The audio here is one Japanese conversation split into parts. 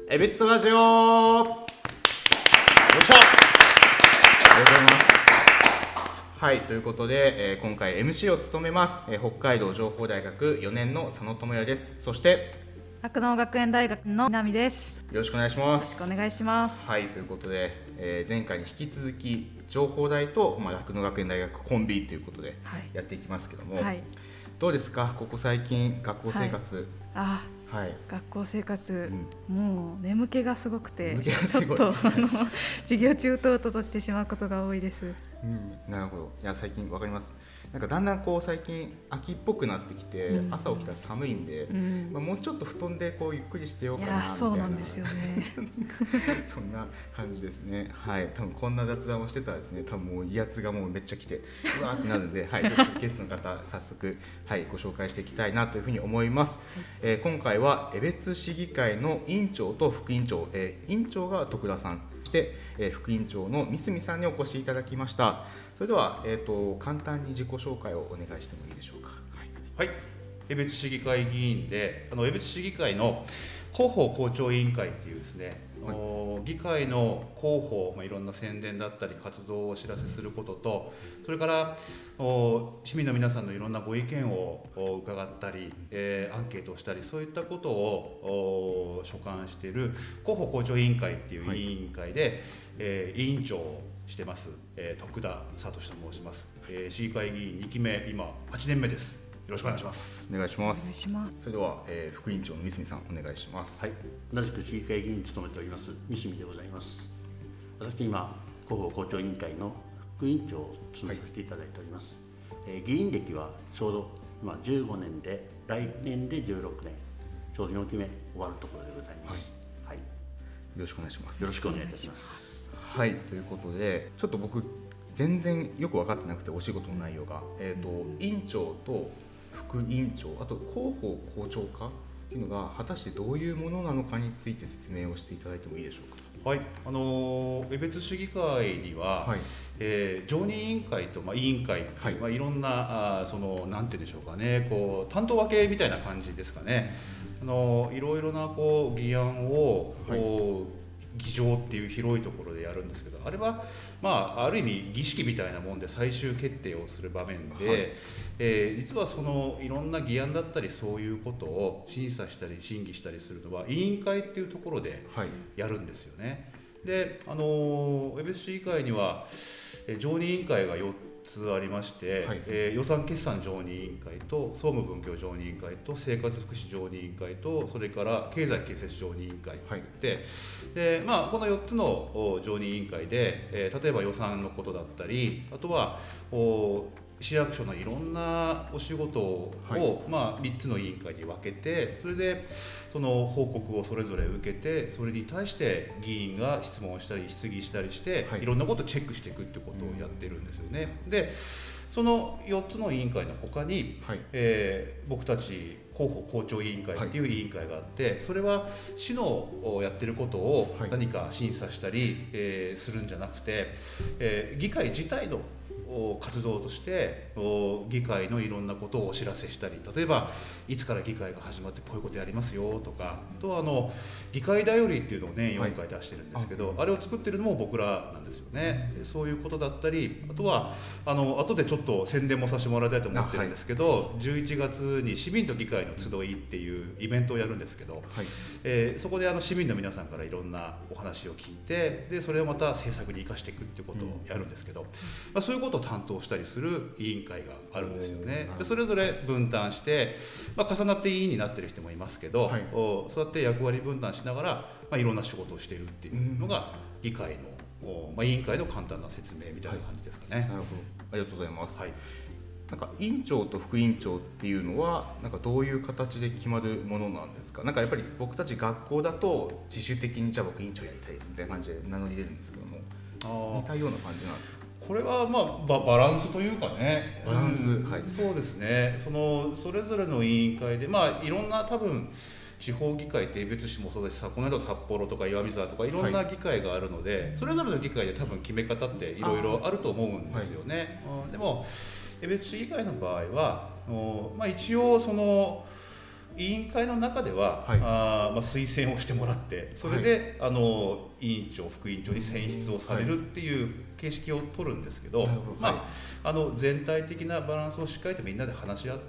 エベツラジオ。よいしょ。ありがとうございます。はい、ということで、今回 MC を務めます、北海道情報大学4年の佐野智也です。そして酪農学園大学の南です。 よろしくお願いします。 よろしくお願いします。 はい、ということで、前回に引き続き情報大と酪農学園大学コンビということでやっていきますけども、 はい、どうですかここ最近学校生活。 はい、学校生活、もう眠気がすごくてちょっと授業中とうとうとしてしまうことが多いです。 なるほど。いや最近わかります。なんかだんだんこう最近秋っぽくなってきて、朝起きたら寒いんで、もうちょっと布団でこうゆっくりしてようかなみたいな。 そうなんですよねそんな感じですね。はい、多分こんな雑談をしてたらですね、多分もう威圧がもうめっちゃ来てうわーってなるんで、はい、ちょっとゲストの方早速、はい、ご紹介していきたいなというふうに思います。今回は江別市議会の委員長と副委員長、委員長が徳田さん、そして、副委員長の三角さんにお越しいただきました。それでは、簡単に自己紹介をお願いしてもいいでしょうか。 はい、江別市議会議員で、江別市議会の広報校長委員会っていうですね、議会の広報、いろんな宣伝だったり活動をお知らせすることと、それから市民の皆さんのいろんなご意見を伺ったり、アンケートをしたり、そういったことを所管している広報校長委員会っていう委員会で、委員長をしてます、徳田聡と申します。市議会議員2期目、今8年目です。よろしくお願いします。 お願いします。それでは、副委員長の三角さんお願いします。 はい、同じく市議会議員を務めております三角でございます。私今広報校長委員会の副委員長を務めさせていただいております。議員歴はちょうど今15年で、来年で16年、ちょうど4期目終わるところでございます。はい、よろしくお願いします。 よろしくお願いいたします。 はい、ということでちょっと僕全然よく分かってなくて、お仕事の内容が、委員長と副委員長、あと広報校長課っていうのが果たしてどういうものなのかについて説明をしていただいてもいいでしょうか。 はい、江別市議会には、常任委員会と、委員会っていう、いろんななんて言うんでしょうかね、こう担当分けみたいな感じですかね。いろいろなこう議案を、議場っていう広いところでやるんですけど、あれは、ある意味儀式みたいなもんで最終決定をする場面で、実はそのいろんな議案だったりそういうことを審査したり審議したりするのは委員会っていうところでやるんですよね。で、江別市議会には常任委員会が4つありまして、予算決算常任委員会と総務文教常任委員会と生活福祉常任委員会と、それから経済建設常任委員会で、この4つの常任委員会で、例えば予算のことだったり、あとは市役所のいろんなお仕事を、3つの委員会に分けて、それでその報告をそれぞれ受けて、それに対して議員が質問したり質疑したりして、いろんなことをチェックしていくってことをやってるんですよね。で、その4つの委員会の他に、僕たち広報校長委員会っていう委員会があって、それは市のやってることを何か審査したり、するんじゃなくて、議会自体の活動として議会のいろんなことをお知らせしたり、例えばいつから議会が始まってこういうことやりますよとか、あとは議会だよりっていうのを年4回出してるんですけど、あれを作ってるのも僕らなんですよね。そういうことだったり、あとは後でちょっと宣伝もさせてもらいたいと思ってるんですけど、11月に市民と議会の集いっていうイベントをやるんですけど、そこで市民の皆さんからいろんなお話を聞いて、でそれをまた政策に生かしていくっていうことをやるんですけど、そういうことを担当したりする委員会があるんですよね。でそれぞれ分担して、重なって委員になってる人もいますけど、そうやって役割分担しながら、いろんな仕事をしているっていうのが議会の、委員会の簡単な説明みたいな感じですかね。 なるほど、ありがとうございます。なんか委員長と副委員長っていうのはなんかどういう形で決まるものなんですか。なんかやっぱり僕たち学校だと自主的にじゃあ僕委員長やりたいですみたいな感じで名乗り出るんですけども、似たような感じなんですか。 これはバランスというかね、 バランス、 そうですね。それぞれの委員会でいろんな多分地方議会って江別市もそうですし、この間札幌とか岩見沢とかいろんな議会があるので、それぞれの議会で多分決め方っていろいろあると思うんですよね。でも江別市議会の場合は一応委員会の中では、推薦をしてもらって、それで、委員長副委員長に選出をされるっていう形式を取るんですけど、全体的なバランスをしっかりとみんなで話し合って、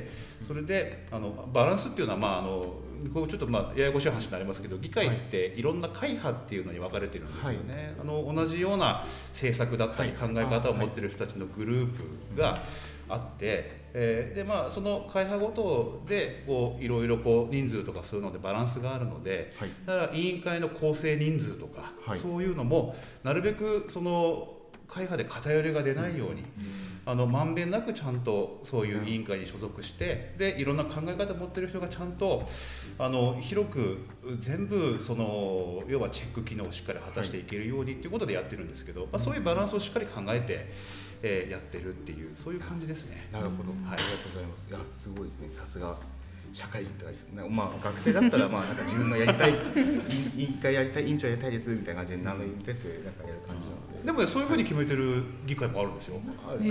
それでバランスっていうのは、こうちょっとややこしい話になりますけど、議会っていろんな会派っていうのに分かれてるんですよね。同じような政策だったり考え方を持ってる人たちのグループがあって、でその会派ごとでいろいろ人数とかそういうのでバランスがあるので、だから委員会の構成人数とか、そういうのもなるべくその会派で偏りが出ないように、まんべんなくちゃんとそういう委員会に所属して、でいろんな考え方を持ってる人がちゃんと広く全部要はチェック機能をしっかり果たしていけるようにということでやってるんですけど、そういうバランスをしっかり考えてやってるっていうそういう感じですね。 なるほど、ありがとうございます。いやすごいですね。さすが社会人って感じです。学生だったらなんか自分のやりたい委員会やりたい委員長やりたいですみたいな感じで名前言っててなんかやる感じなので。 でもそういうふうに決めてる議会もあるんですよ。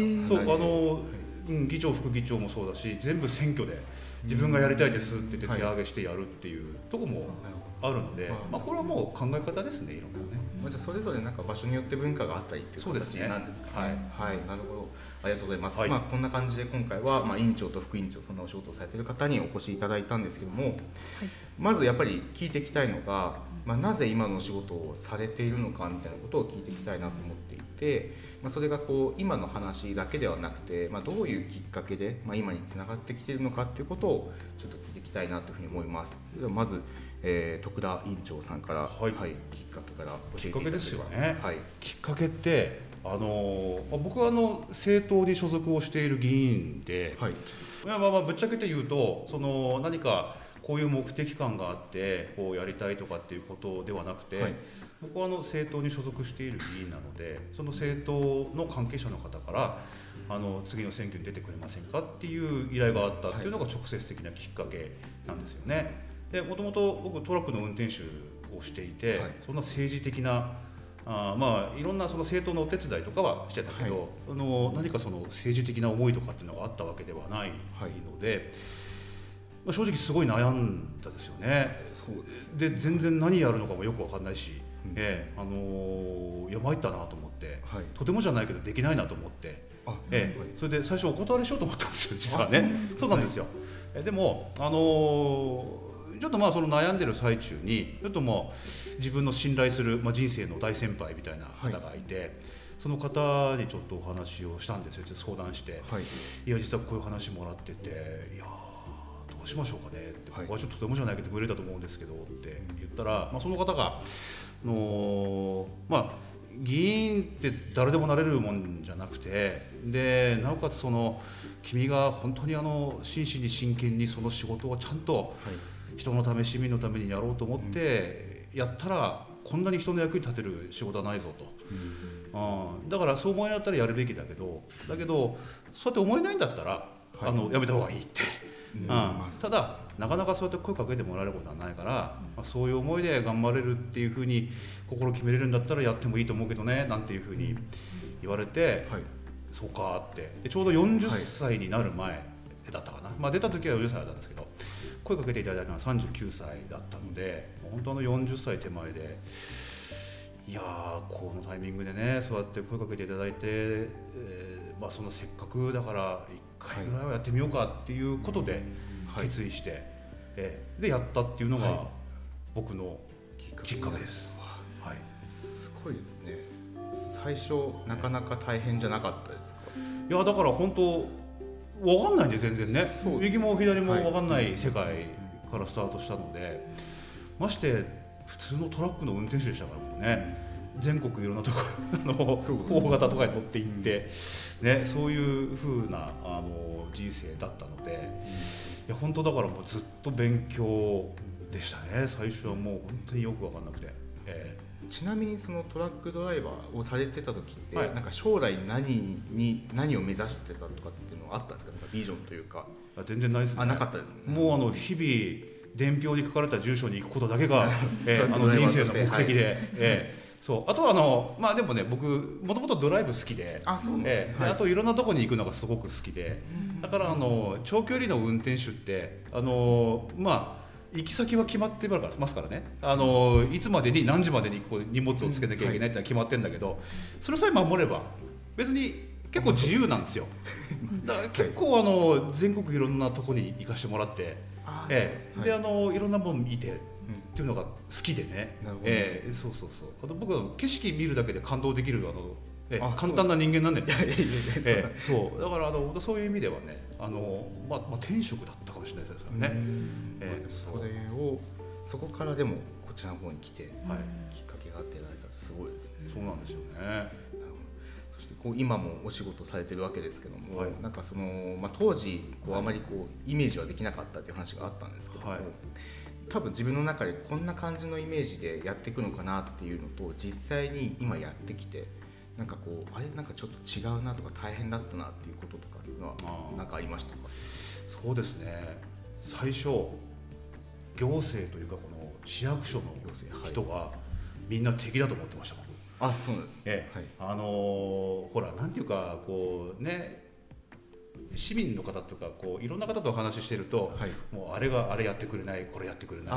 議長副議長もそうだし、全部選挙で自分がやりたいですって言って手挙げしてやるっていうところもあるので、これはもう考え方ですね、いろんなね。 じゃあそれぞれなんか場所によって文化があったりっていう形なんですかね。はい、なるほど、ありがとうございます。こんな感じで今回は委員長と副委員長、そんなお仕事をされている方にお越しいただいたんですけども、まずやっぱり聞いていきたいのが、なぜ今のお仕事をされているのかみたいなことを聞いていきたいなと思っていて、それが今の話だけではなくて、どういうきっかけで今につながってきているのかということをちょっと聞いていきたいなというふうに思います。それではまず徳田委員長さんから、きっかけから教えていただければ。きっかけですよね。 きっかけって僕は政党に所属をしている議員で、ぶっちゃけて言うと何かこういう目的感があってこうやりたいとかっていうことではなくて、僕は政党に所属している議員なので、その政党の関係者の方から次の選挙に出てくれませんかっていう依頼があったっていうのが直接的なきっかけなんですよね。でもともと僕トラックの運転手をしていて、そんな政治的ないろんな政党のお手伝いとかはしてたけど、何か政治的な思いとかっていうのがあったわけではないので、正直すごい悩んだですよね。で全然何やるのかもよく分かんないし、いや参ったなと思って、とてもじゃないけどできないなと思って、それで最初お断りしようと思ったんですよ、実はね。そうなんですよ。でもちょっとその悩んでる最中にちょっと自分の信頼する、人生の大先輩みたいな方がいて、その方にちょっとお話をしたんですよ。相談して、いや実はこういう話もらってて、いやどうしましょうかねって、僕はちょっととてもじゃないけど無理だと思うんですけどって言ったら、その方が議員って誰でもなれるもんじゃなくて、でなおかつ君が本当に真摯に真剣にその仕事をちゃんと人のため市民のためにやろうと思ってやったら、こんなに人の役に立てる仕事はないぞと、だからそう思いだったらやるべきだけどそうやって思えないんだったら、やめた方がいいって、ただなかなかそうやって声かけてもらえることはないから、そういう思いで頑張れるっていうふうに心決めれるんだったらやってもいいと思うけどねなんていうふうに言われて、そうかって。でちょうど40歳になる前だったかな、出た時は40歳だったんですけど、声かけていただいたのは39歳だったので、本当40歳手前で、いやこのタイミングでねそうやって声かけていただいて、そのせっかくだから1回ぐらいはやってみようかっていうことで決意して、でやったっていうのが僕のきっかけです。 すごいですね。最初なかなか大変じゃなかったですか？ いやだから本当分かんないんで全然ね、右も左も分かんない世界からスタートしたので、まして普通のトラックの運転手でしたからね、全国いろんなところ大型とかに乗っていって、そういう風な人生だったので、いや本当だからもうずっと勉強でしたね。最初はもう本当によく分かんなくて、 ちなみにそのトラックドライバーをされてた時って、なんか将来何を目指してたとかっていうのはあったんですか？なんかビジョンというか。 全然ないですね。 なかったですね。 もう日々伝票に書かれた住所に行くことだけが人生の目的で、 そうあとはまあでもね僕もともとドライブ好きで、 あといろんなとこに行くのがすごく好きで、だから長距離の運転手ってまあ行き先は決まってますからね、いつまでに何時までにこう荷物をつけなきゃいけないってのは決まってるんだけど、それさえ守れば別に結構自由なんですよ。だから結構全国いろんなとこに行かしてもらって、でいろんなもの見てっていうのが好きでね、そうあと僕は景色見るだけで感動できる簡単な人間なんでね。そうだからそういう意味ではねまあ天職だったかもしれないですよね。 そこからでもこちらの方に来て、きっかけがあってやられたらすごいですね。 そうなんですよね。 そして今もお仕事されてるわけですけども、なんか当時あまりイメージはできなかったっていう話があったんですけども、多分自分の中でこんな感じのイメージでやっていくのかなっていうのと実際に今やってきてなんかなんかちょっと違うなとか大変だったなっていうこととかっていうのは何かありましたか？ そうですね、最初行政というかこの市役所の人がみんな敵だと思ってました。 あ、そうなんですね。 ほらなんていうか市民の方とかいろんな方とお話ししてると、もうあれやってくれない、これやってくれない、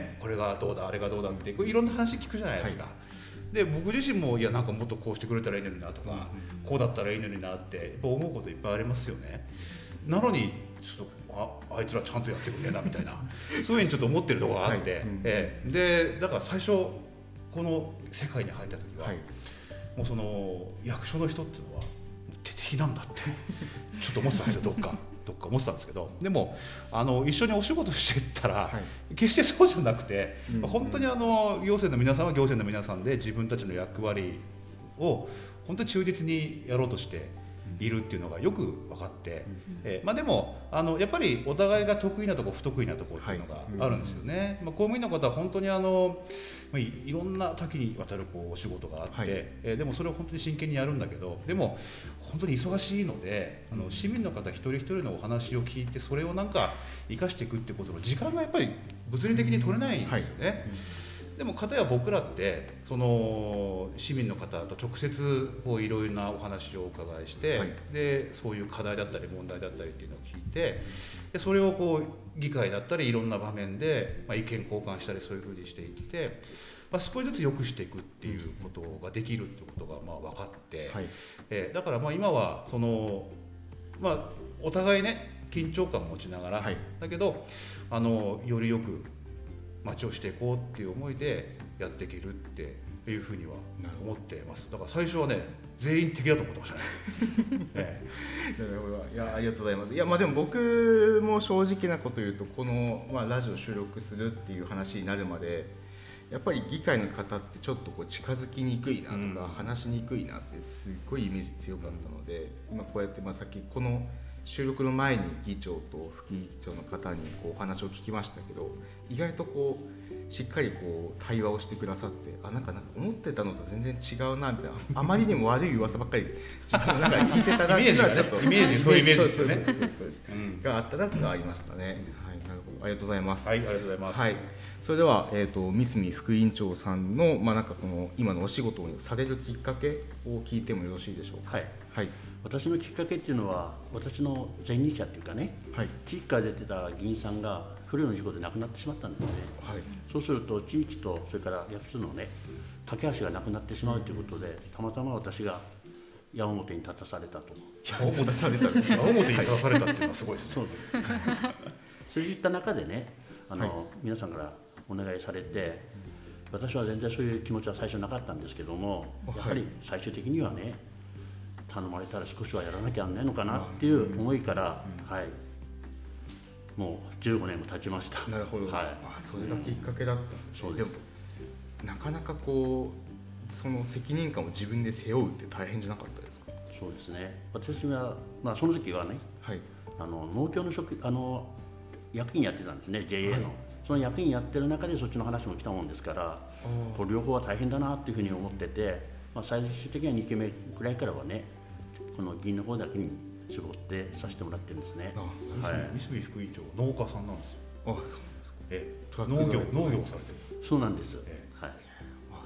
これがどうだあれがどうだっていろんな話聞くじゃないですか。で僕自身もなんかもっとこうしてくれたらいいのになとか、こうだったらいいのになってやっぱ思うこといっぱいありますよね。なのにちょっとあいつらちゃんとやってくれなみたいなそういうふうにちょっと思ってるところがあって、でだから最初この世界に入った時は、もうその役所の人っていうのは敵なんだってちょっと思ってたんですよ。どっか思ってたんですけど、でも一緒にお仕事していったら、決してそうじゃなくて、本当に行政の皆さんは行政の皆さんで自分たちの役割を本当に忠実にやろうとしているっていうのがよく分かって、でもやっぱりお互いが得意なところ不得意なところっていうのがあるんですよね。公務員の方は本当にいろんな多岐にわたるお仕事があって、でもそれを本当に真剣にやるんだけど、でも本当に忙しいので市民の方一人一人のお話を聞いてそれをなんか生かしていくってことの時間がやっぱり物理的に取れないんですよね。でも片や僕らってその市民の方と直接いろいろなお話をお伺いして、でそういう課題だったり問題だったりっていうのを聞いて、でそれを議会だったりいろんな場面で意見交換したりそういうふうにしていって、少しずつ良くしていくっていうことができるってことが分かって、だから今はそのお互いね緊張感を持ちながら、だけどよりよく街をしていこうっていう思いでやっていけるっていうふうには思ってます。だから最初はね全員敵だと思ってましたね。 いやありがとうございます。いやでも僕も正直なこと言うとこの、ラジオ収録するっていう話になるまでやっぱり議会の方ってちょっと近づきにくいなとか、話しにくいなってすっごいイメージ強かったので、今こうやってさっきこの収録の前に議長と副議長の方にお話を聞きましたけど、意外としっかり対話をしてくださって、なんか思ってたのと全然違うなみたいな、あまりにも悪い噂ばっかり自分の中で聞いてたなっていうのはちょっとイメージそういうイメージですよね。 そうですがあったなっていうのがありましたね。なるほど、ありがとうございます。 ありがとうございます。 それでは三角副委員長さんのなんかこの今のお仕事をされるきっかけを聞いてもよろしいでしょうか。 私のきっかけっていうのは私の前任者っていうかね、地域から出てた議員さんが不慮の事故で亡くなってしまったんですね。そうすると地域とそれから役所のね架け橋がなくなってしまうということで、たまたま私が矢面に立たされたと。 矢面に立たされたっていうのはすごいですね。 そういった中でね皆さんからお願いされて、私は全然そういう気持ちは最初なかったんですけども、やはり最終的にはね頼まれたら少しはやらなきゃなんないのかなっていう思いから、もう15年も経ちました。 なるほど、それがきっかけだったんですね。でもなかなかその責任感を自分で背負うって大変じゃなかったですか？ そうですね、私は、その時はね、農協の役員やってたんですね、JA の、その役員やってる中でそっちの話も来たもんですから、これ両方は大変だなっていうふうに思ってて、最終的には2期目くらいからはねこの議員の方だけに絞ってさせてもらってるんですね。 三角副委員長農家さんなんですよ。 そうなんですか。 農業をされてる。 そうなんです。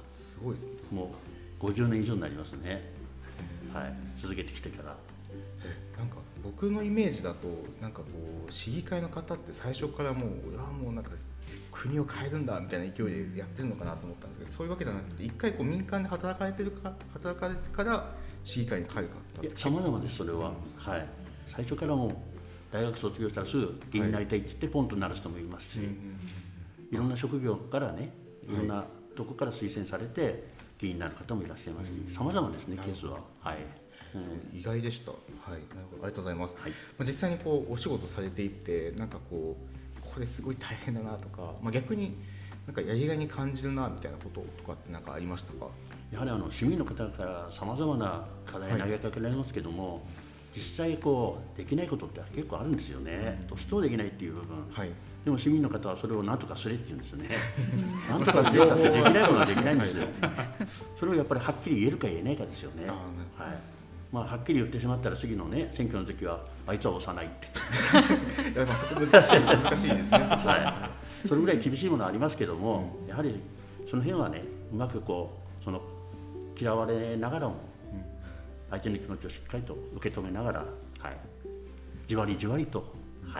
ごいですね。 もう50年以上になりますね、はい、続けてきてから。 なんか僕のイメージだとなんかこう市議会の方って最初からもうなんか国を変えるんだみたいな勢いでやってるのかなと思ったんですけど、そういうわけじゃなくて一回こう民間で働かれてから市議会に帰る方さまざまです。それは、はい、最初からもう大学卒業したらすぐ議員になりたいって言ってポンとなる人もいますし、いろんな職業からね、いろんなとこから推薦されて議員になる方もいらっしゃいますし、さまざまですね、ケースは。はい、 意外でした。はい、なるほど、ありがとうございます。 はい、 実際にこうお仕事されていってなんかこれすごい大変だなとか、逆になんかやりがいに感じるなみたいなこととかってなんかありましたか？ やはり市民の方からさまざまな課題投げかけられますけども、実際こうできないことって結構あるんですよね。どうしてもできないっていう部分、はい、でも市民の方はそれを何とかすれって言うんですよね。何とかすれたってできないものはできないんですよ。それをやっぱりはっきり言えるか言えないかですよね。はい、はっきり言ってしまったら次のね選挙の時はあいつは押さないっていやそこ難しいですね。 はい、それぐらい厳しいものはありますけども、やはりその辺はねうまくこう嫌われながらも相手の気持ちをしっかりと受け止めながら、はい、じわりじわりと、はい、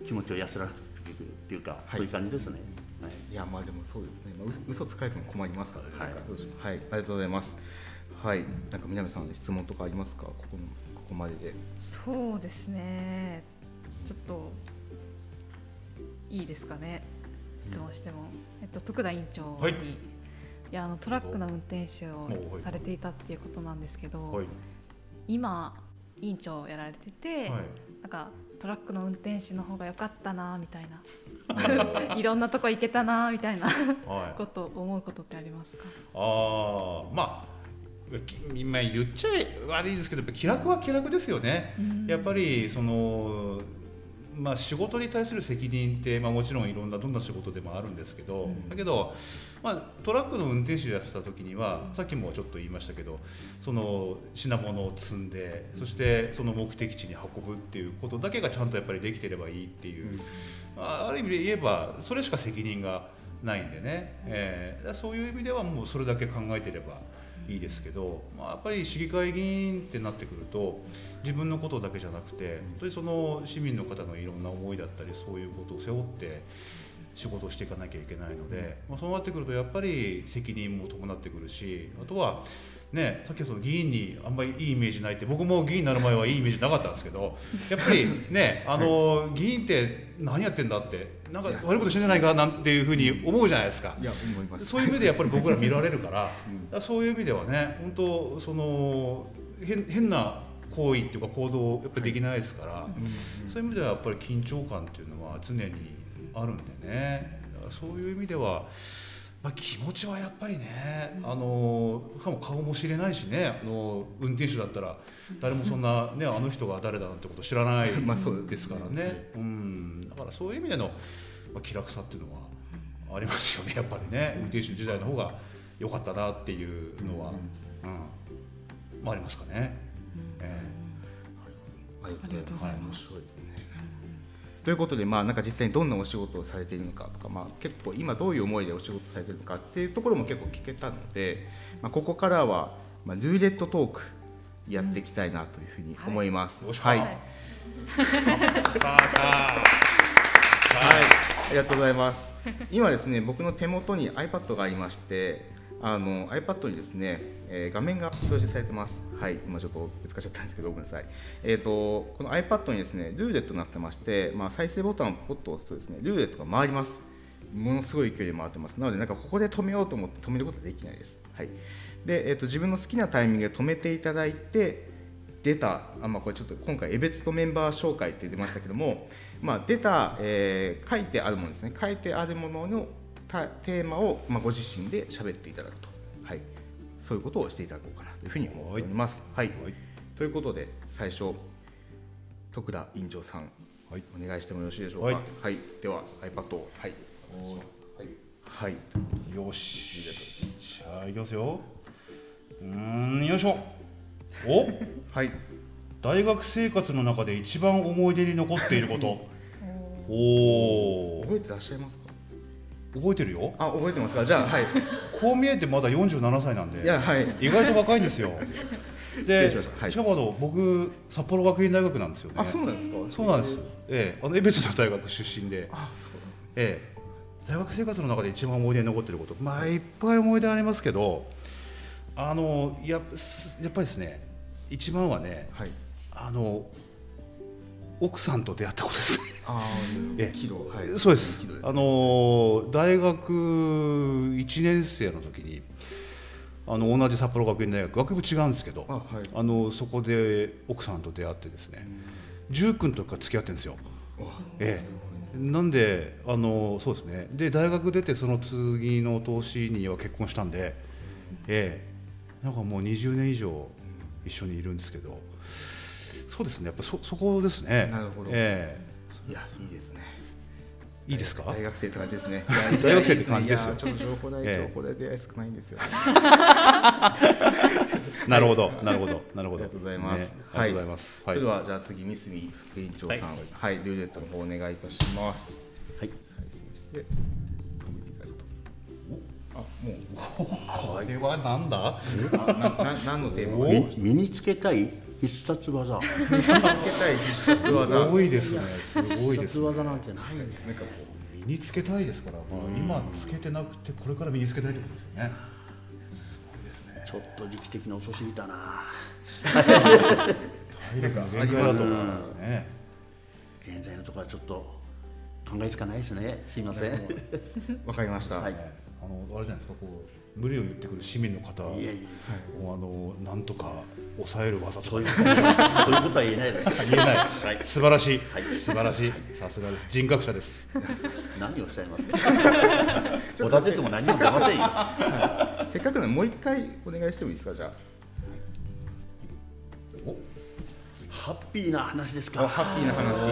気持ちを安らかしていくっていうか、そういう感じですね。はい、 いやでもそうですね。嘘つかれても困りますからね。はい、ありがとうございます。はい、なんか南さん質問とかありますか？ここまでで。 そうですね。ちょっといいですかね。質問しても、徳田委員長に、はい、トラックの運転手をされていたっていうことなんですけど、はい、今委員長をやられてて、はい、なんかトラックの運転手の方が良かったなみたいな、いろんなとこ行けたなみたいなこと思うことってありますか？ 今言っちゃ悪いですけど、気楽は気楽ですよね。やっぱり仕事に対する責任って、もちろんどんな仕事でもあるんですけど、だけど、トラックの運転手をやってた時には、さっきもちょっと言いましたけど、品物を積んで、そしてその目的地に運ぶっていうことだけがちゃんとやっぱりできてればいいっていう、ある意味で言えばそれしか責任がないんでね、そういう意味ではもうそれだけ考えてればいいですけど、やっぱり市議会議員ってなってくると自分のことだけじゃなくて、本当に市民の方のいろんな思いだったり、そういうことを背負って仕事をしていかなきゃいけないので、そうなってくるとやっぱり責任も伴ってくるし、あとはね、さっきは議員にあんまりいいイメージないって、僕も議員になる前はいいイメージなかったんですけど、やっぱりね議員って何やってんだって、なんか悪いことしてんじゃないかなんていうふうに思うじゃないですか。 いや思います。 そういう意味でやっぱり僕ら見られるから、そういう意味ではね、本当変な行為っていうか行動やっぱりできないですから、そういう意味ではやっぱり緊張感っていうのは常にあるんでね、そういう意味では気持ちはやっぱりね、しかも顔も知れないしね、運転手だったら誰もそんな、ね、あの人が誰だなんてこと知らないですからね。だからそういう意味での、気楽さっていうのはありますよね、やっぱりね。運転手時代の方が良かったなっていうのは、ありますかね。 ありがとうございます。 ということで、なんか実際にどんなお仕事をされているのかとか、結構今どういう思いでお仕事されているのかっていうところも結構聞けたので、ここからは、ルーレットトークやっていきたいなというふうに思います。はい。はい、ありがとうございます。今ですね、僕の手元に iPad がありまして、iPad にですね、画面が表示されてます。はい、今ちょっとぶつかっちゃったんですけどごめんなさい。この iPad にですねルーレットになってまして、再生ボタンをポッと押すとですねルーレットが回ります。ものすごい勢いで回ってます。なのでなんかここで止めようと思って止めることはできないです。はい。で、自分の好きなタイミングで止めていただいて出たこれちょっと今回江別とメンバー紹介って出ましたけども、出た、書いてあるものですね。書いてあるもののテーマを、ご自身で喋っていただくと、はい、そういうことをしていただこうかなというふうに思っております。はい、ということで最初徳田委員長さん、お願いしてもよろしいでしょうか。はい、では iPad をはい、 よし、じゃあいきますよ。よいしょ。 はい。 大学生活の中で一番思い出に残っていること。 覚えてらっしゃいますか？ 覚えてるよ。 あ、覚えてますか。じゃあ、はい。 こう見えてまだ47歳なんで、 いや、はい、 意外と若いんですよ。 で、 しかも僕札幌学院大学なんですよね。 あ、そうなんですか。 そうなんです。江別の大学出身で、 あ、そう大学生活の中で一番思い出に残っていること、まあいっぱい思い出ありますけど、やっぱりですね、一番はね、 はい、 奥さんと出会ったことです。 キロ、はい、 そうです。大学1年生の時に同じ札幌学院大学、学部違うんですけど、 はい、 そこで奥さんと出会ってですね、19の時から付き合ってるんですよ。なんでそうですね。で大学出てその次の年には結婚したんで、なんかもう20年以上一緒にいるんですけど、そうですね。やっぱそこですね。 なるほど。いや、いいですね。 いいですか。 大学生って感じですね。 大学生って感じですよ。 ちょっと情報代出会い少ないんですよ。 なるほど、なるほど、なるほど。 ありがとうございます。 ありがとうございます。 それではじゃあ次三角副委員長さん、はい、ルーレットの方お願いいたします。はい。再生して止めていただくと。あ、もうこれはなんだ？ 何のテーマ？ 身につけたい必殺技。 身につけたい必殺技。 すごいですね。すごいです。 必殺技なんてないね。 なんかこう身につけたいですから、今つけてなくてこれから身につけたいってことですよね。すごいですね。 ちょっと時期的に遅すぎたな。 体力の限界だとね。 現在のところはちょっと考えつかないですね。すいません。 わかりました。 はい。 あれじゃないですか、こう無理を言ってくる市民の方をなんとか抑える技とか、 そういうことは言えないです。 言えない。はい、素晴らしい、はい、素晴らしい、さすがです。人格者です。 何をおっしゃいますか。おだてても何も出ませんよ。 はい、せっかくなのでもう一回お願いしてもいいですか。じゃあ。 ハッピーな話ですか。 ハッピーな話。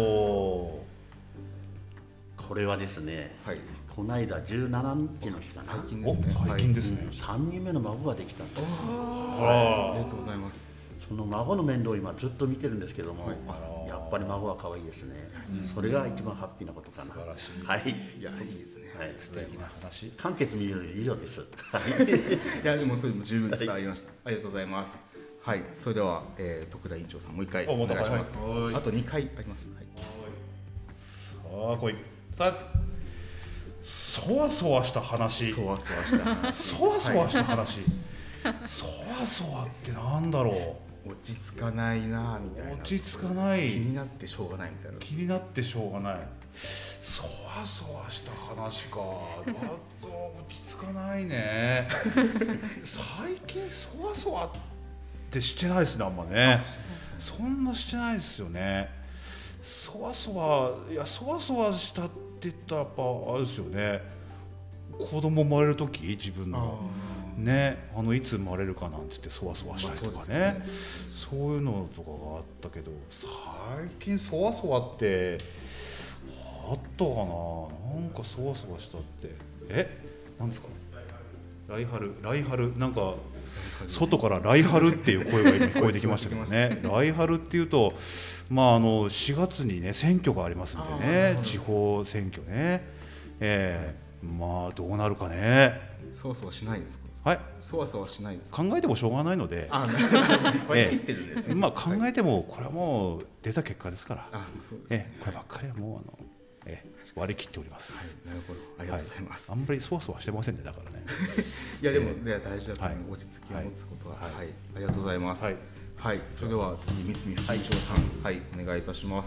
これはですね。 はい。 この間17日の日かな。 最近ですね。 最近ですね。 3人目の孫ができたんです。 ありがとうございます。 その孫の面倒を今ずっと見てるんですけども、やっぱり孫は可愛いですね。それが一番ハッピーなことかな。 素晴らしい。 はい。 いや、いいですね。 はい。 素敵な話。 簡潔に言う以上です。 いや、でもそれも十分伝わりました。ありがとうございます。はい、それでは徳田委員長さんもう一回お願いします。あと2回あります。はい。 さあ来い。さあ。そわそわした話。 そわそわした話。 そわそわした話。そわそわってなんだろう。落ち着かないなみたいな。 落ち着かない。 気になってしょうがないみたいな。 気になってしょうがない。そわそわした話か。落ち着かないね。最近そわそわってしてないですね、あんまね。そんなしてないですよね。そわそわ、いや、そわそわしたって言ったらやっぱあれですよね。子供生まれる時、自分のね、いつ生まれるかなんつってそわそわしたりとかね、そういうのとかがあったけど、最近そわそわってあったかな。なんかそわそわしたってなんですか。来春なんか外から来春っていう声が今聞こえてきましたけどね。来春っていうと、4月にね選挙がありますんでね、地方選挙ね。どうなるかね。 そわそわしないんですか。 はい。 そわそわしないんですか。 考えてもしょうがないので。 割り切ってるんですね。 考えてもこれはもう出た結果ですから。 そうですね。 こればっかりはもう割り切っております。 なるほど、ありがとうございます。 あんまりそわそわしてませんね、だからね。 いやでも大事だと思う。落ち着きを持つことは、はい、ありがとうございます。はい、それでは次三角副委員長さん、はい、お願いいたします。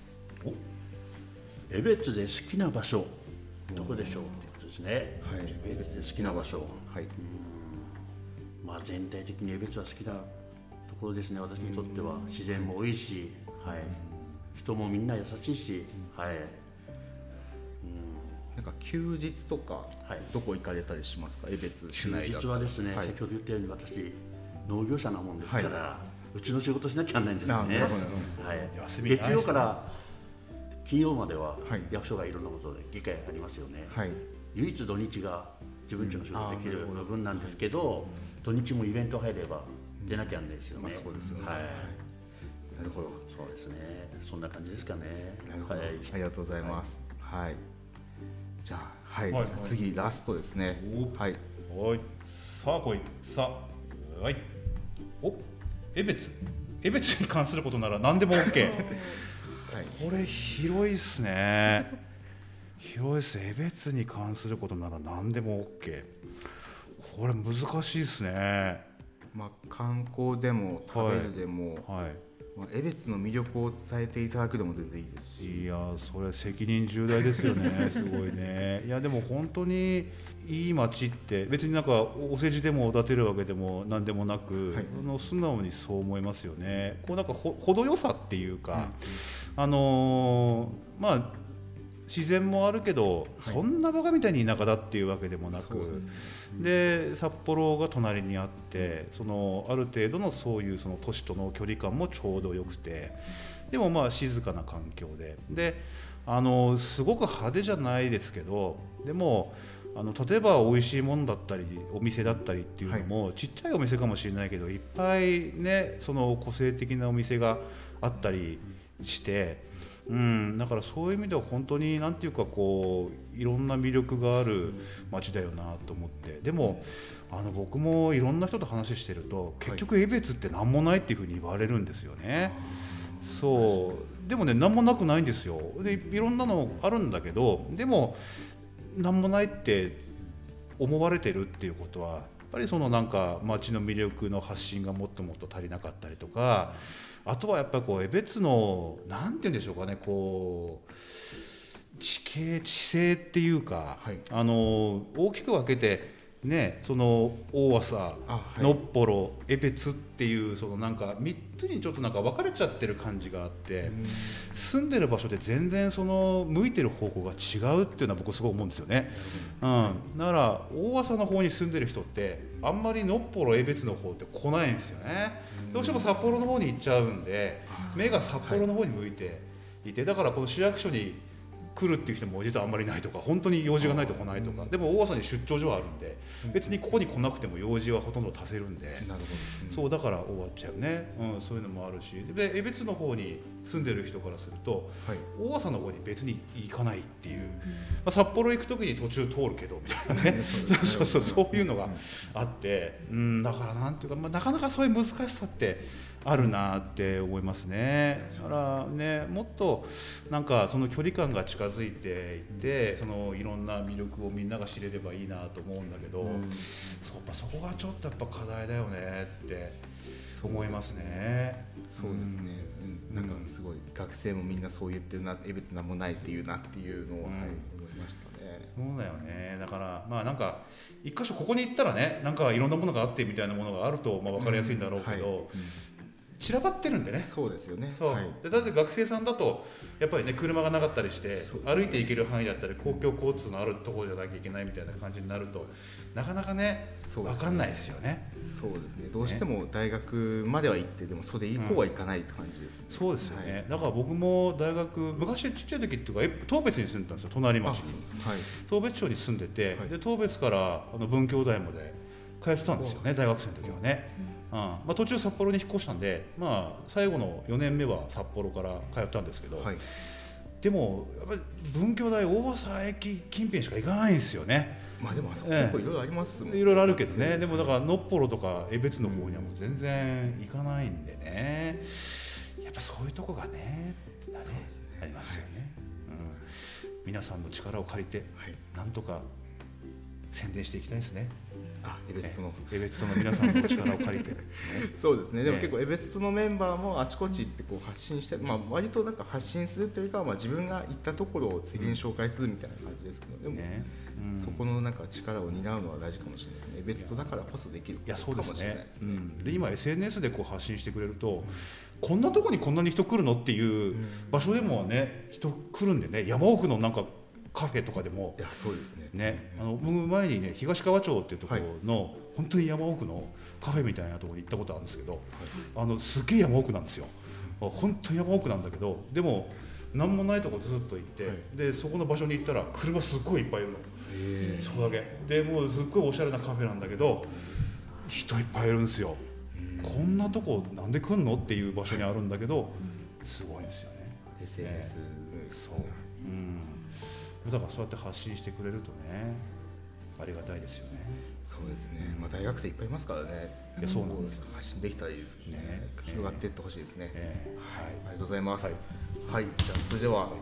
江別で好きな場所、どこでしょうってことですね。 はい、江別で好きな場所、はい。 全体的に江別は好きなところですね。私にとっては自然も多いし、はい、人もみんな優しいし、はい。 なんか休日とか、どこ行かれたりしますか。江別市内だと。 休日はですね、先ほど言ったように私農業者なもんですから、うちの仕事しなきゃならないんですね。月曜から金曜までは役所がいろんなことで議会ありますよね。唯一土日が自分ちの仕事できる部分なんですけど、土日もイベント入れば出なきゃなんですよね。 そうですよね。 はい。 なるほど。 そうですね。そんな感じですかね。 なるほど。ありがとうございます。はい。 じゃあはい、じゃあ次ラストですね。はい。 はい。さあ来い。さあはい。お、江別に関することなら何でも OK。はい。これ広いですね。広いです。江別に関することなら何でも OK。これ難しいですね。 まあ観光でも食べるでも、はい。まあ、江別の魅力を伝えていただくでも全然いいですし。 いやそれ責任重大ですよね。すごいね。いやでも本当にいい街って別になんかお世辞でも立てるわけでも何でもなく、はい、素直にそう思いますよね。こうなんか程よさっていうか、まあ自然もあるけど、はい、そんなバカみたいに田舎だっていうわけでもなく、で札幌が隣にあって、そのある程度のそういうその都市との距離感もちょうどよくて、でもまあ静かな環境ですごく派手じゃないですけど、でも例えば美味しいものだったりお店だったりっていうのも、はい、ちっちゃいお店かもしれないけどいっぱいねその個性的なお店があったりして。だからそういう意味では本当になんていうかこういろんな魅力がある街だよなと思って、でも僕もいろんな人と話してると結局江別って何もないっていうふうに言われるんですよね。そうでもね何もなくないんですよ。でいろんなのあるんだけど、でも何もないって思われてるっていうことはやっぱりそのなんか街の魅力の発信がもっともっと足りなかったりとか、あとはやっぱりこう江別のなんて言うんでしょうかね、こう地勢っていうか、はい、大きく分けてね、その大浅、はい、のっぽろ、江別っていうそのなんか3つにちょっとなんか分かれちゃってる感じがあって、住んでる場所で全然その向いてる方向が違うっていうのは僕すごい思うんですよね。だから大浅の方に住んでる人ってあんまりのっぽろ江別の方って来ないんですよね。どうしても札幌の方に行っちゃうんで、目が札幌の方に向いていて、だからこの市役所に来るっていう人も実はあんまりないとか、本当に用事がないと来ないとか、でも大浅に出張所はあるんで、別にここに来なくても用事はほとんど足せるんで、なるほど、そうだから終わっちゃうね、そういうのもあるし、で江別の方に住んでる人からすると、はい、大浅の方に別に行かないっていう、札幌行く時に途中通るけどみたいなね、そういうのがあって、だからなんていうか、なかなかそういう難しさってあるなって思いますね。だからね、もっとなんかその距離感が近づいていって、そのいろんな魅力をみんなが知れればいいなと思うんだけど、そこがちょっとやっぱ課題だよねって思いますね。 そうですね、なんかすごい学生もみんなそう言ってるな、江別なんもないっていうなっていうのを、はい、思いましたね。 そうだよね。だからまあなんか一箇所ここに行ったらね、なんかいろんなものがあってみたいなものがあると分かりやすいんだろうけど、散らばってるんでね。 そうですよね。 そう、はい、でだって学生さんだとやっぱりね車がなかったりして、歩いて行ける範囲だったり公共交通のあるところじゃなきゃいけないみたいな感じになると、なかなかね分かんないですよね。 そうですね。どうしても大学までは行って、でもそれ以降は行かないって感じですね。 そうですよね、はい、だから僕も大学昔ちっちゃい時っていうか当別に住んでたんですよ、隣町に。はい、当別町に住んでて、で当別から文教大まで通ってたんですよね、大学生の時はね。途中札幌に引っ越したんで、最後の4年目は札幌から通ったんですけど、はい、でもやっぱり文教大大浅駅近辺しか行かないんですよね。 でもあそこ結構いろいろありますもんね。 いろいろあるけどね、でもだからのっぽろとか江別の方にはもう全然行かないんでね、やっぱそういうとこがね、ありますよね。皆さんの力を借りて、なんとか宣伝していきたいですね。 江別との皆さんの力を借りて、 そうですね。でも結構江別とのメンバーもあちこち行ってこう発信して、割となんか発信するというか、自分が行ったところをついでに紹介するみたいな感じですけど、でも、そこのなんか力を担うのは大事かもしれないですね。江別とだからこそできることかもしれないですね。 で今 SNS でこう発信してくれると、こんなとこにこんなに人来るのっていう場所でもね、人来るんでね、山奥のなんかカフェとかでも、 そうですね。 僕前にね東川町っていうところの、本当に山奥のカフェみたいなところに行ったことあるんですけど、すげえ山奥なんですよ。本当に山奥なんだけど、でも何もないとこずっと行って、でそこの場所に行ったら車すっごいいっぱいいるの。そこだけでもうすっごいおしゃれなカフェなんだけど、人いっぱいいるんですよ。こんなとこなんで来んのっていう場所にあるんだけど、すごいですよね。 SNS、 そう。 だからそうやって発信してくれるとね、ありがたいですよね。 そうですね、まあ、大学生いっぱいいますからね、 いやそうなんです、 発信できたらいいですけどね、広がっていってほしいですね。はい、ありがとうございます。 はい、 はい、じゃあそれでは、はい、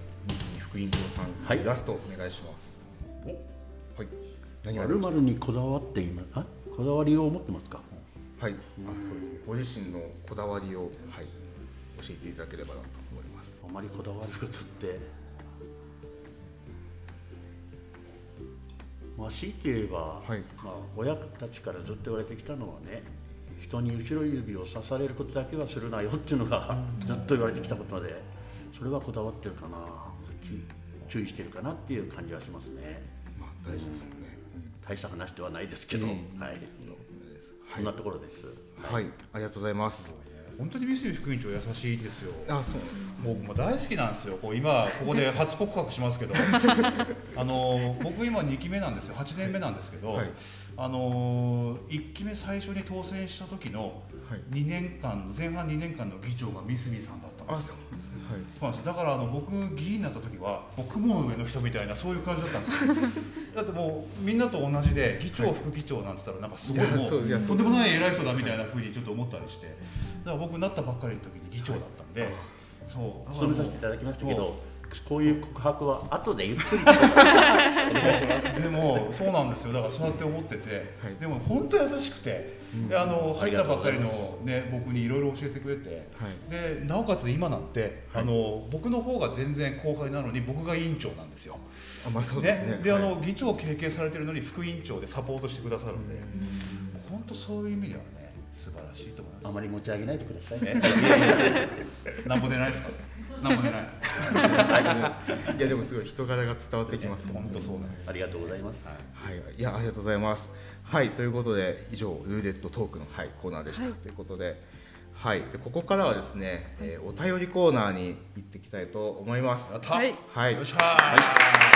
三角副院長さん、はい、ラストお願いします。はい、 〇〇にこだわっています。こだわりを持ってますか。 はい、そうですね。ご自身のこだわりを、はい、教えていただければなと思います。 あまりこだわることって、まあ強いて言えば、はい、まあ親たちからずっと言われてきたのはね、人に後ろ指を刺されることだけはするなよっていうのがずっと言われてきたことで、それはこだわってるかな、注意してるかなっていう感じはしますね。 まあ大事ですもんね。 大した話ではないですけど、はい、そんなところです。 はい、ありがとうございます。 本当に三角副院長優しいですよ。 あ、そう。 僕も大好きなんですよ。今ここで初告白しますけど、僕今2期目なんですよ。8年目なんですけど、はい、1期目最初に当選した時の2年間、前半2年間の議長が三角さんだったんですよ。はい、そうなんです。だから僕議員になった時は雲の上の人みたいなそういう感じだったんですよ。だってもうみんなと同じで議長副議長なんて言ったらなんかすごいもうとんでもない偉い人だみたいな風にちょっと思ったりして、だから僕なったばっかりの時に議長だったんで、そう務めさせていただきましたけど、こういう告白は後でゆっくりでもそうなんですよ。だからそうやって思ってて、でも本当優しくて、で入ったばっかりのね僕にいろいろ教えてくれて、でなおかつ今なんて僕の方が全然後輩なのに僕が委員長なんですよ。 まあそうですね。 で議長を経験されてるのに副委員長でサポートしてくださるんで、本当そういう意味ではね素晴らしいと思います。 あまり持ち上げないでくださいね。 なんぼでないですか。なんも出ない。 いやでもすごい人柄が伝わってきます。 本当そうね。 ありがとうございます。 はい、いやありがとうございます。はい、ということで以上ルーレットトークの、はい、コーナーでした、はい、ということで、はい、でここからはですね、お便りコーナーに行っていきたいと思います。 はい、 はい、よっしゃー。はい、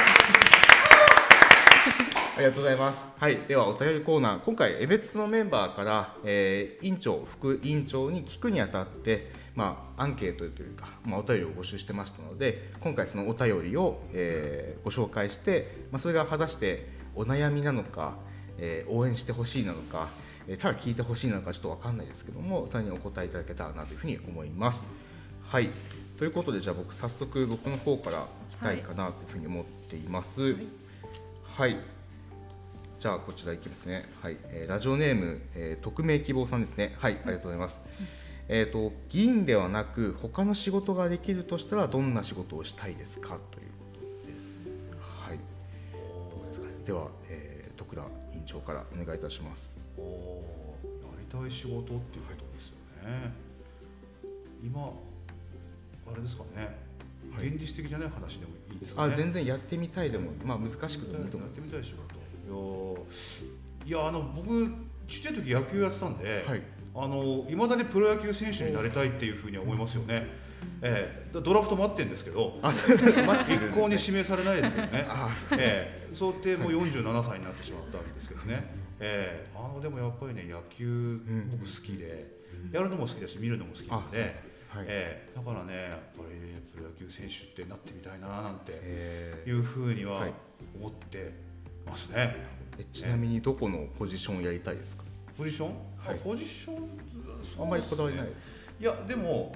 ありがとうございます。はい、ではお便りコーナー、今回江別のメンバーから、委員長、副委員長に聞くにあたって、アンケートというか、お便りを募集してましたので、今回そのお便りを、ご紹介して、それが果たしてお悩みなのか、応援してほしいなのか、ただ聞いてほしいなのかちょっと分かんないですけども、それにお答えいただけたらなというふうに思います。はい、ということでじゃあ早速僕の方からいきたいかなというふうに思っています。はい、はい、じゃあこちらいきますね。はい、ラジオネーム、匿名希望さんですね。はい、ありがとうございます。議員ではなく他の仕事ができるとしたらどんな仕事をしたいですかということです。はい、どうですかね。では、徳田委員長からお願いいたします。 やりたい仕事っていうことですよね。今あれですかね、現実的じゃない話でもいいですかね。 全然やってみたいでも、難しくてもいいと思います。 やってみたい仕事、いや僕ちっちゃい時野球やってたんで、はい、未だにプロ野球選手になりたいっていうふうに思いますよね。ドラフト待ってるんですけど、一向に指名されないですけどね。そうやってもう47歳になってしまったわけですけどね。でもやっぱりね野球僕好きで、やるのも好きだし見るのも好きなんで、だからねやっぱりプロ野球選手ってなってみたいななんていうふうには思ってますね。 ちなみにどこのポジションをやりたいですか。 ポジション？ポジションあんまりこだわりないです。 いやでも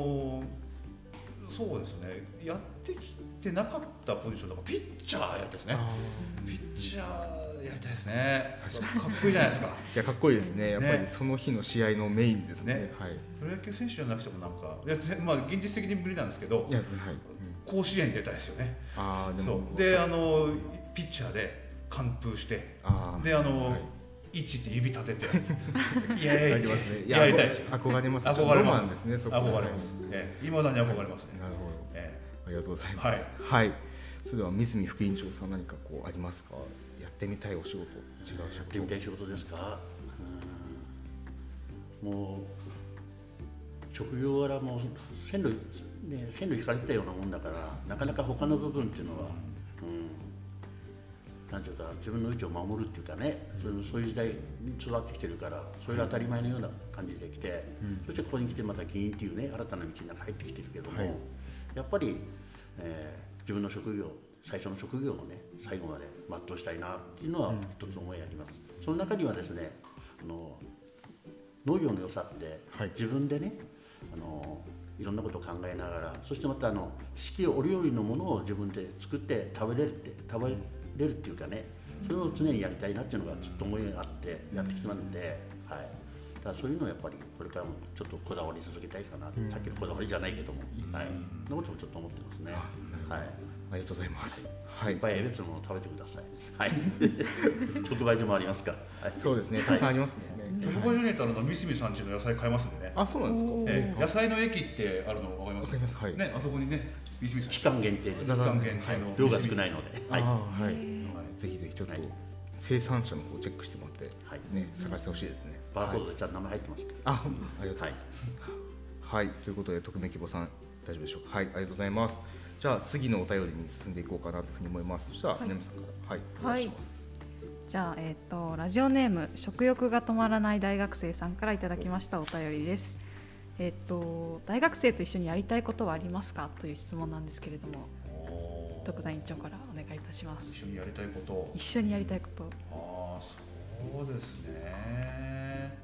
そうですね、やってきてなかったポジションだからピッチャーやりたいですね。ピッチャーやりたいですね。かっこいいじゃないですか。 いやかっこいいですね。やっぱりその日の試合のメインですね。 プロ野球選手じゃなくてもなんか現実的に無理なんですけど、甲子園出たいですよね。でピッチャーで完封して、で1って指立てていややりたいですよ。 憧れます。 憧れますですね。 憧れます。未だに憧れますね。 なるほど。ありがとうございます。はい。それでは三角副委員長さん何かありますか。やってみたいお仕事、違う仕事。やってみたい仕事ですか。もう職業柄も線路引かれたようなもんだから、なかなか他の部分っていうのは。なんていうか自分の位置を守るっていうかね、そういう時代に育ってきてるから、それが当たり前のような感じで来て、そしてここに来てまた議員っていうね新たな道に入ってきてるけども、やっぱり、自分の職業好最初の職業をね最後まで全うしたいなっていうのは一つ思いあります。その中にはですね農業の良さって自分でね、いろんなことを考えながら、そしてまた四季折々のものを自分で作って食べれるっていうかね、それを常にやりたいなっていうのがずっと思いがあってやってきたので、はい、だからそういうのをやっぱりこれからもちょっとこだわり続けたいかな、さっきのこだわりじゃないけども、はい、そんなこともちょっと思ってますね。はい、 ありがとうございます。 はい、いっぱい江別のものを食べてください。はい。直売所もありますから。 そうですね。たくさんありますもんね。 直売所に行ったら三角さん家の野菜買えますんでね。 あ、そうなんですか。 野菜の駅ってあるのわかります？ わかります。はい。 ね、あそこにね、三角さん。 期間限定です。 期間限定の量が少ないので。 はい。はい。ぜひぜひちょっと生産者の方をチェックしてもらってね、探してほしいですね。 バーコードでちゃんと名前入ってますから。 ありがとう。はい。ということで匿名希望さん大丈夫でしょうか。はい、ありがとうございます。じゃあ次のお便りに進んでいこうかなというふうに思います。そしたら南さんからお願いします。 じゃあラジオネーム食欲が止まらない大学生さんからいただきましたお便りです。大学生と一緒にやりたいことはありますかという質問なんですけれども、徳田院長からお願いいたします。 一緒にやりたいこと。 一緒にやりたいこと。 そうですね。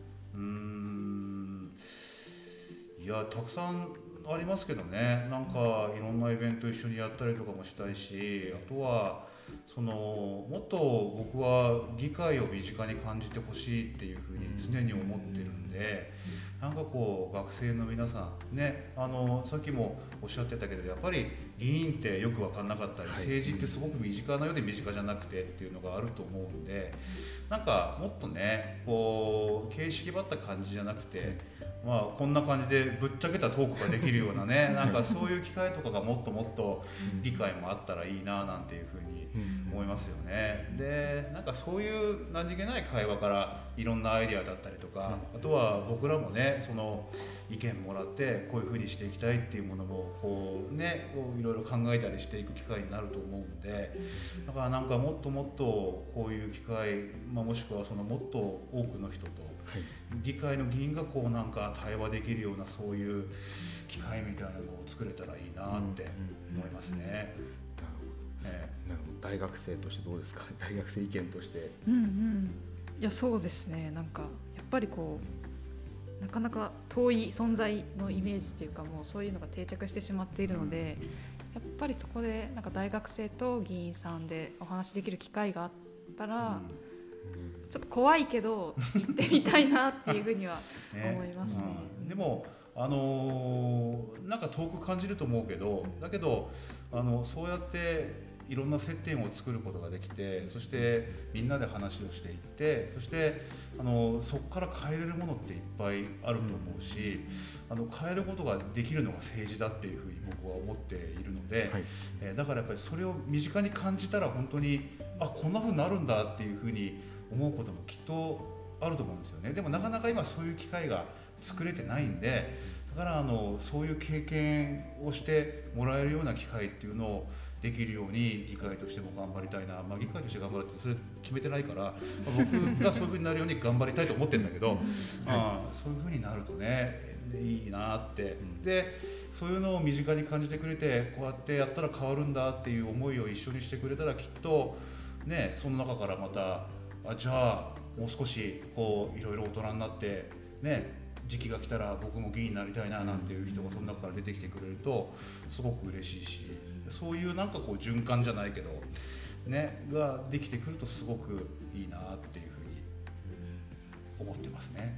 いやたくさんありますけどね。なんかいろんなイベント一緒にやったりとかもしたいし、あとはもっと僕は議会を身近に感じてほしいっていうふうに常に思ってるんで、なんかこう学生の皆さんね、さっきもおっしゃってたけど、やっぱり議員ってよく分かんなかったり、政治ってすごく身近なようで身近じゃなくてっていうのがあると思うんで、なんかもっとねこう形式ばった感じじゃなくて、こんな感じでぶっちゃけたトークができるようなねなんかそういう機会とかがもっともっと理解もあったらいいななんていうふうに思いますよね。でなんかそういう何気ない会話からいろんなアイデアだったりとか、あとは僕らもね意見もらってこういうふうにしていきたいっていうものもこうねいろいろ考えたりしていく機会になると思うんで、だからなんかもっともっとこういう機会、もしくはもっと多くの人と議会の議員がこうなんか対話できるようなそういう機会みたいなのを作れたらいいなって思いますね。 大学生としてどうですか？大学生意見として。 いやそうですね。なんかやっぱりこうなかなか遠い存在のイメージっていうか、もうそういうのが定着してしまっているので、やっぱりそこでなんか大学生と議員さんでお話しできる機会があったら、ちょっと怖いけど行ってみたいなっていうふうには思いますね。 でもなんか遠く感じると思うけど、だけどそうやっていろんな接点を作ることができて、そしてみんなで話をしていって、そしてそこから変えれるものっていっぱいあると思うし、変えることができるのが政治だっていうふうに僕は思っているので、だからやっぱりそれを身近に感じたら本当にこんなふうになるんだっていうふうに思うこともきっとあると思うんですよね。でもなかなか今そういう機会が作れてないんで、だからそういう経験をしてもらえるような機会っていうのをできるように議会としても頑張りたいな、議会として頑張るってそれ決めてないから、僕がそういうふうになるように頑張りたいと思ってるんだけど、そういうふうになるとねいいなって、でそういうのを身近に感じてくれて、こうやってやったら変わるんだっていう思いを一緒にしてくれたら、きっとねその中からまたじゃあもう少しこういろいろ大人になってね時期が来たら僕も議員になりたいななんていう人がその中から出てきてくれるとすごく嬉しいし、そういうなんかこう循環じゃないけどねができてくるとすごくいいなっていうふうに思ってますね。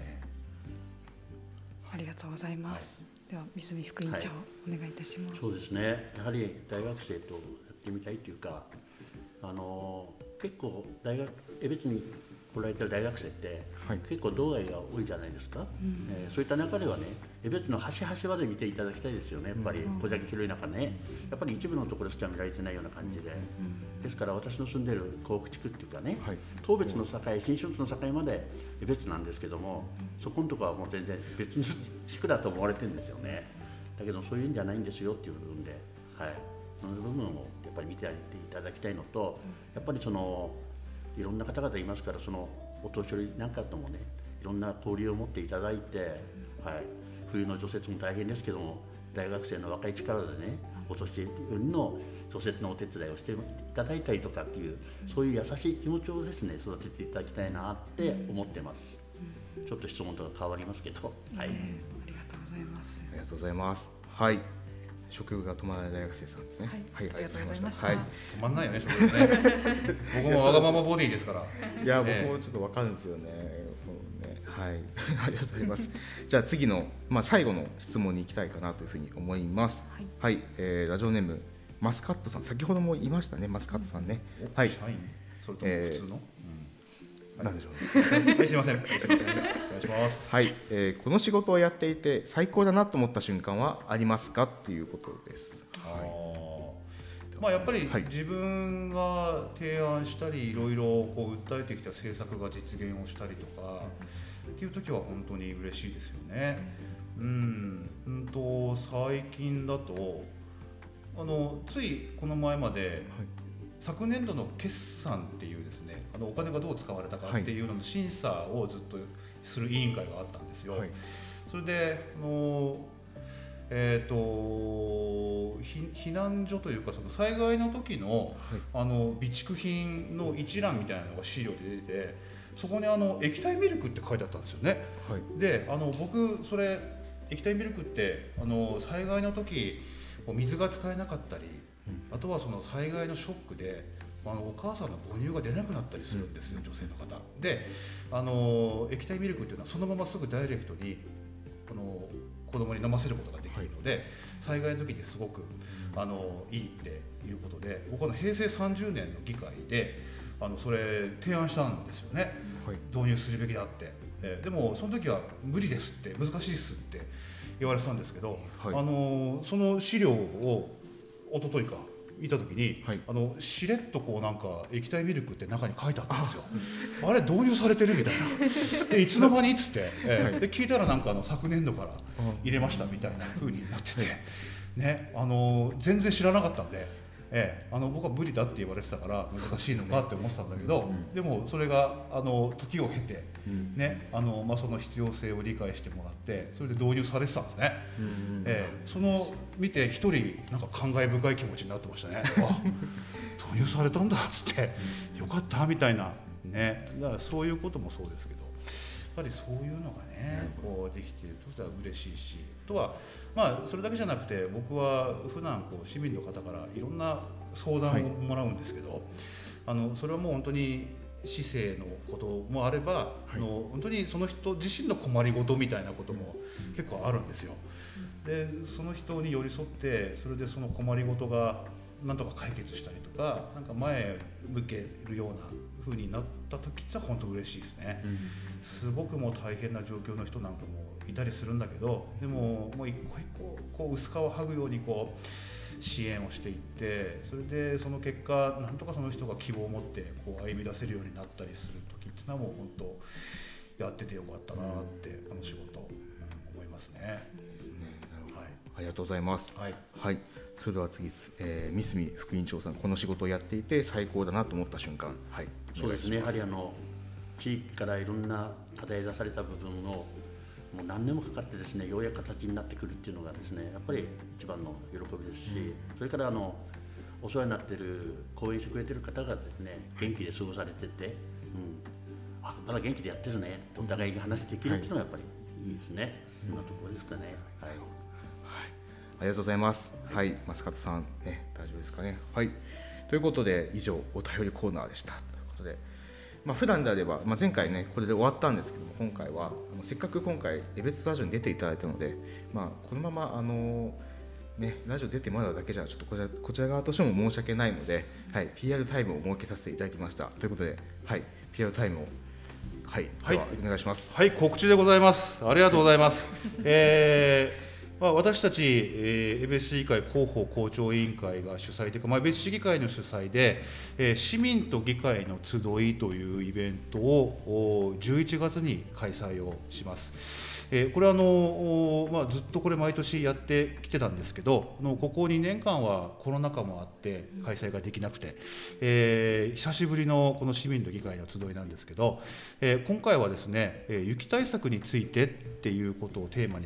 ありがとうございます。では三角副委員長、お願いいたします。 そうですね。やはり大学生とやってみたいというか、結構江別に来られてる大学生って、結構道外が多いじゃないですか。そういった中ではね、江別の端々まで見ていただきたいですよね。やっぱりこれだけ広い中ね、やっぱり一部のところしか見られてないような感じで、ですから私の住んでる幸福地区っていうかね、当別の境、新春の境まで江別なんですけども、そこのところはもう全然別の地区だと思われてるんですよね。だけどそういうんじゃないんですよっていう部分で、その部分をやっぱり見ていただきたいのと、やっぱりいろんな方々いますから、お年寄りなんかともね、いろんな交流を持っていただいて、冬の除雪も大変ですけども、大学生の若い力でね、お年寄りの除雪のお手伝いをしていただいたりとかっていう、そういう優しい気持ちをですね育てていただきたいなって思ってます。ちょっと質問とか変わりますけど、はい、 ありがとうございます。 ありがとうございます。はい。食が止まらない大学生さんですね。 はい、ありがとうございました。 はい、 止まんないよね、食ね。僕もわがままボディですから。 いや、僕もちょっとわかるんですよね。はい、ありがとうございます。じゃあ次の、最後の質問に行きたいかなというふうに思います。はい、ラジオネームマスカットさん、先ほども言いましたね、マスカットさんね。はい。 社員？それとも普通の？ なんでしょうね。 はい、すみません。お願いします。 はい、この仕事をやっていて最高だなと思った瞬間はありますかということです。 やっぱり自分が提案したりいろいろこう訴えてきた政策が実現をしたりとかっていう時は本当に嬉しいですよね。最近だとついこの前まで、昨年度の決算っていうですね、お金がどう使われたかっていうのの審査をずっとする委員会があったんですよ。それで避難所というかその災害の時の、備蓄品の一覧みたいなのが資料で出てて、そこに液体ミルクって書いてあったんですよね。で僕それ液体ミルクって災害の時水が使えなかったり、あとはその災害のショックでお母さんの母乳が出なくなったりするんですよ、女性の方で。液体ミルクっていうのはそのまますぐダイレクトに子供に飲ませることができるので、災害の時にすごくいいっていうことで、僕は平成30年の議会でそれ提案したんですよね。導入するべきだって。でもその時は無理ですって、難しいですって言われてたんですけど、その資料を一昨日か見た時に、しれっとなんか液体ミルクって中に書いてあったんですよ。あれ導入されてるみたいな。でいつの間にっつって、で聞いたらなんか昨年度から入れましたみたいな風になってて、ね、全然知らなかったんで。僕は無理だって言われてたから難しいのかって思ってたんだけど、でもそれが時を経て、ね、その必要性を理解してもらってそれで導入されてたんですね。その見て一人なんか感慨深い気持ちになってましたね。導入されたんだっつってよかったみたいなね。だからそういうこともそうですけど、やっぱりそういうのがねできていると嬉しいし、あとはそれだけじゃなくて、僕は普段市民の方からいろんな相談をもらうんですけど、それはもう本当に市政のこともあれば、本当にその人自身の困りごとみたいなことも結構あるんですよ。でその人に寄り添って、それでその困りごとがなんとか解決したりとか、なんか前向けるような風になった時って本当嬉しいですね。すごくもう大変な状況の人なんかもいたりするんだけど、でももう一個一個薄皮を剥ぐように支援をしていって、それでその結果なんとかその人が希望を持って歩み出せるようになったりする時っていうのはもう本当やっててよかったなってこの仕事思いますね。 ありがとうございます。それでは次、三角副委員長さん、この仕事をやっていて最高だなと思った瞬間。 そうですね、やはり地域からいろんな課題出された部分をもう何年もかかってですね、ようやく形になってくるっていうのがですね、やっぱり一番の喜びですし、それからお世話になっている講演してくれてる方がですね、元気で過ごされてて、まだ元気でやってるねとお互いに話できるっていうのがやっぱりいいですね。そんなところですかね。 ありがとうございます。マスカットさん、大丈夫ですかね。ということで以上お便りコーナーでした。ということで、普段であれば、前回ねこれで終わったんですけども、今回はせっかく今回江別ラジオに出ていただいたので、このままラジオ出てもらうだけじゃちょっとこちら側としても申し訳ないので、PR タイムを設けさせていただきました。ということで、PR タイムをではお願いします。 告知でございます。ありがとうございます。私たち江別市議会広報校長委員会が主催というか、江別市議会の主催で、市民と議会の集いというイベントを11月に開催をします。これはずっとこれ毎年やってきてたんですけど、ここ2年間はコロナ禍もあって開催ができなくて、久しぶりのこの市民と議会の集いなんですけど、今回はですね、雪対策についてっていうことをテーマにして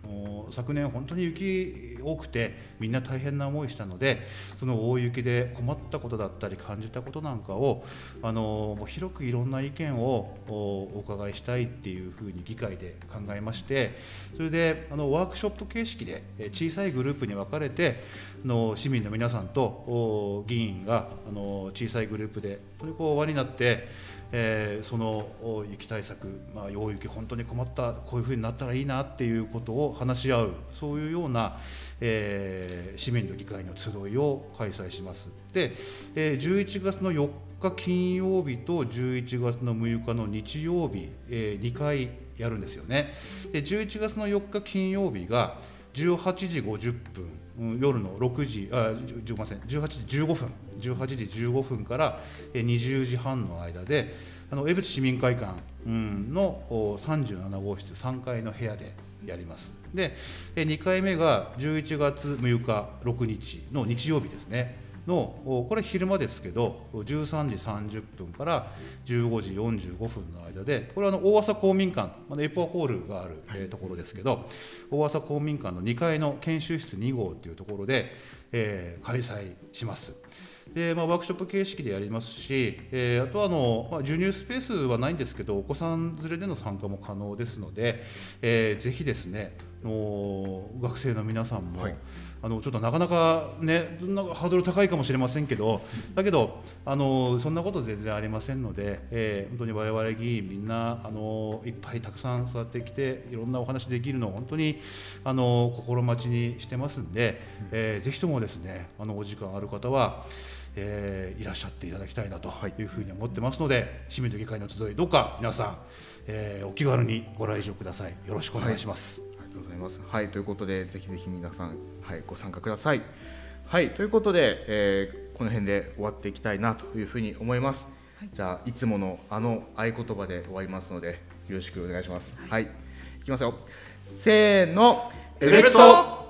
昨年本当に雪多くてみんな大変な思いしたので、その大雪で困ったことだったり感じたことなんかを広くいろんな意見をお伺いしたいっていうふうに議会で考えまして、それでワークショップ形式で小さいグループに分かれて市民の皆さんと議員が小さいグループで本当に輪になってその雪対策、大雪本当に困った、こういうふうになったらいいなっていうことを話し合う、そういうような、市民の議会の集いを開催します。で、11月の4日金曜日と11月の6日の日曜日、2回やるんですよね。で、11月の4日金曜日が18時50分、夜の18時15分18時15分から20時半の間で江別市民会館の37号室3階の部屋でやります。で、2回目が11月6日6日の日曜日ですねの、これ昼間ですけど13時30分から15時45分の間で、これは大浅公民館、エポアホールがあるところですけど、大浅公民館の2階の研修室2号というところで、開催します。で、ワークショップ形式でやりますし、あとは授乳スペースはないんですけど、お子さん連れでの参加も可能ですので、ぜひですね、学生の皆さんも、ちょっとなかなかね、ハードル高いかもしれませんけど、だけどそんなこと全然ありませんので、本当に我々議員みんないっぱいたくさん育ってきて、いろんなお話できるのを本当に心待ちにしてますんで、ぜひともですね、お時間ある方はいらっしゃっていただきたいなというふうに思ってますので、市民の議会の集い、どうか皆さん、お気軽にご来場ください。よろしくお願いします。 ありがとうございます。はい、ということでぜひぜひ皆さん、ご参加ください。はい、ということで、この辺で終わっていきたいなというふうに思います。じゃあいつもの合言葉で終わりますのでよろしくお願いします。はい、いきますよ。せーの、エベレスト。